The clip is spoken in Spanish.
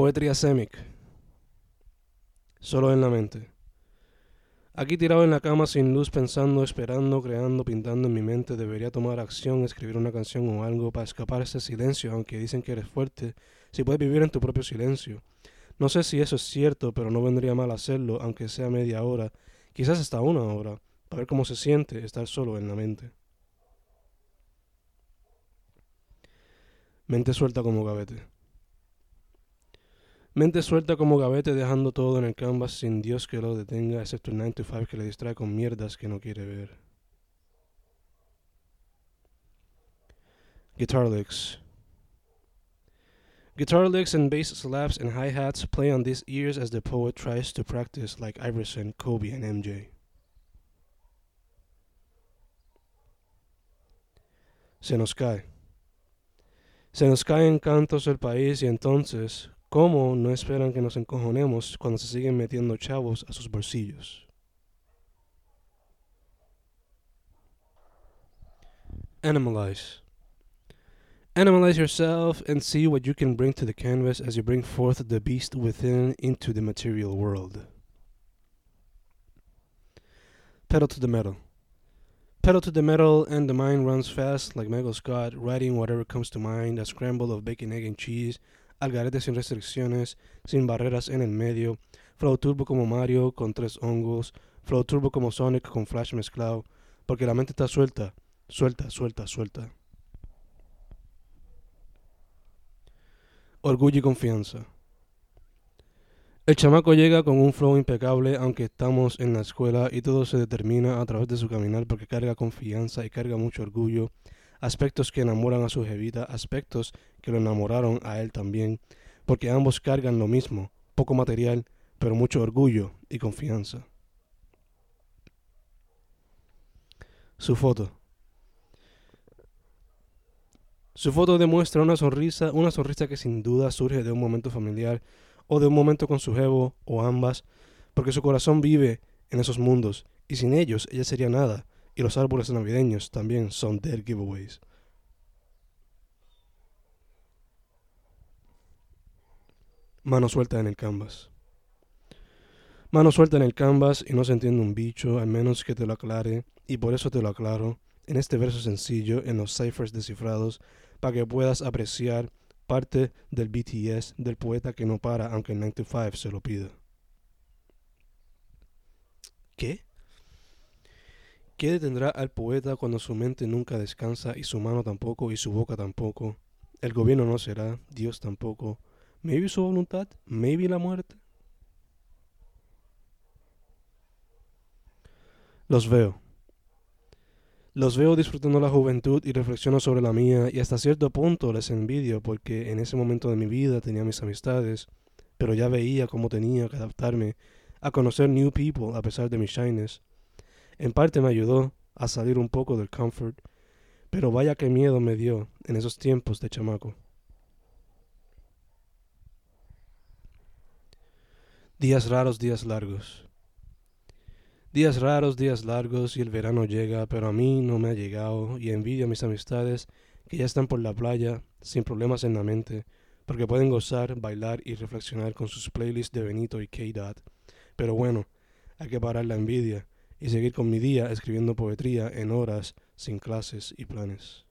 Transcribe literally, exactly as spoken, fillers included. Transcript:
Poetría Semic. Solo en la mente. Aquí tirado en la cama sin luz, pensando, esperando, creando, pintando en mi mente, debería tomar acción, escribir una canción o algo para escapar de ese silencio, aunque dicen que eres fuerte, si puedes vivir en tu propio silencio. No sé si eso es cierto, pero no vendría mal hacerlo, aunque sea media hora, quizás hasta una hora, para ver cómo se siente estar solo en la mente. Mente suelta como gavete. Mente suelta como gavete, dejando todo en el canvas sin Dios que lo detenga, excepto el nine to five que le distrae con mierdas que no quiere ver. Guitar licks. Guitar licks and bass slaps and hi-hats play on these ears as the poet tries to practice like Iverson, Kobe, and M J. Se nos cae. Se nos caen cantos del país y entonces, ¿cómo no esperan que nos encojonemos cuando se siguen metiendo chavos a sus bolsillos? Animalize. Animalize yourself and see what you can bring to the canvas as you bring forth the beast within into the material world. Pedal to the metal. Pedal to the metal and the mind runs fast like Michael Scott, writing whatever comes to mind, a scramble of bacon, egg and cheese, algarete sin restricciones, sin barreras en el medio, flow turbo como Mario con tres hongos, flow turbo como Sonic con Flash mezclado, porque la mente está suelta, suelta, suelta, suelta. Orgullo y confianza. El chamaco llega con un flow impecable aunque estamos en la escuela y todo se determina a través de su caminar porque carga confianza y carga mucho orgullo, aspectos que enamoran a su jevita, aspectos que lo enamoraron a él también, porque ambos cargan lo mismo, poco material, pero mucho orgullo y confianza. Su foto. Su foto demuestra una sonrisa, una sonrisa que sin duda surge de un momento familiar o de un momento con su jevo o ambas, porque su corazón vive en esos mundos y sin ellos ella sería nada y los árboles navideños también son dead giveaways. Mano suelta en el canvas. Mano suelta en el canvas y no se entiende un bicho, al menos que te lo aclare, y por eso te lo aclaro, en este verso sencillo, en los ciphers descifrados, para que puedas apreciar parte del B T S del poeta que no para aunque el nine to five se lo pida. ¿Qué? ¿Qué detendrá al poeta cuando su mente nunca descansa y su mano tampoco y su boca tampoco? El gobierno no será, Dios tampoco. Maybe su voluntad, maybe la muerte. Los veo. Los veo disfrutando la juventud y reflexiono sobre la mía y hasta cierto punto les envidio porque en ese momento de mi vida tenía mis amistades, pero ya veía cómo tenía que adaptarme a conocer new people a pesar de mi shyness. En parte me ayudó a salir un poco del comfort, pero vaya que miedo me dio en esos tiempos de chamaco. Días raros, días largos. Días raros, días largos y el verano llega, pero a mí no me ha llegado y envidio a mis amistades que ya están por la playa sin problemas en la mente, porque pueden gozar, bailar y reflexionar con sus playlists de Benito y K-Dot. Pero bueno, hay que parar la envidia y seguir con mi día escribiendo poesía en horas sin clases y planes.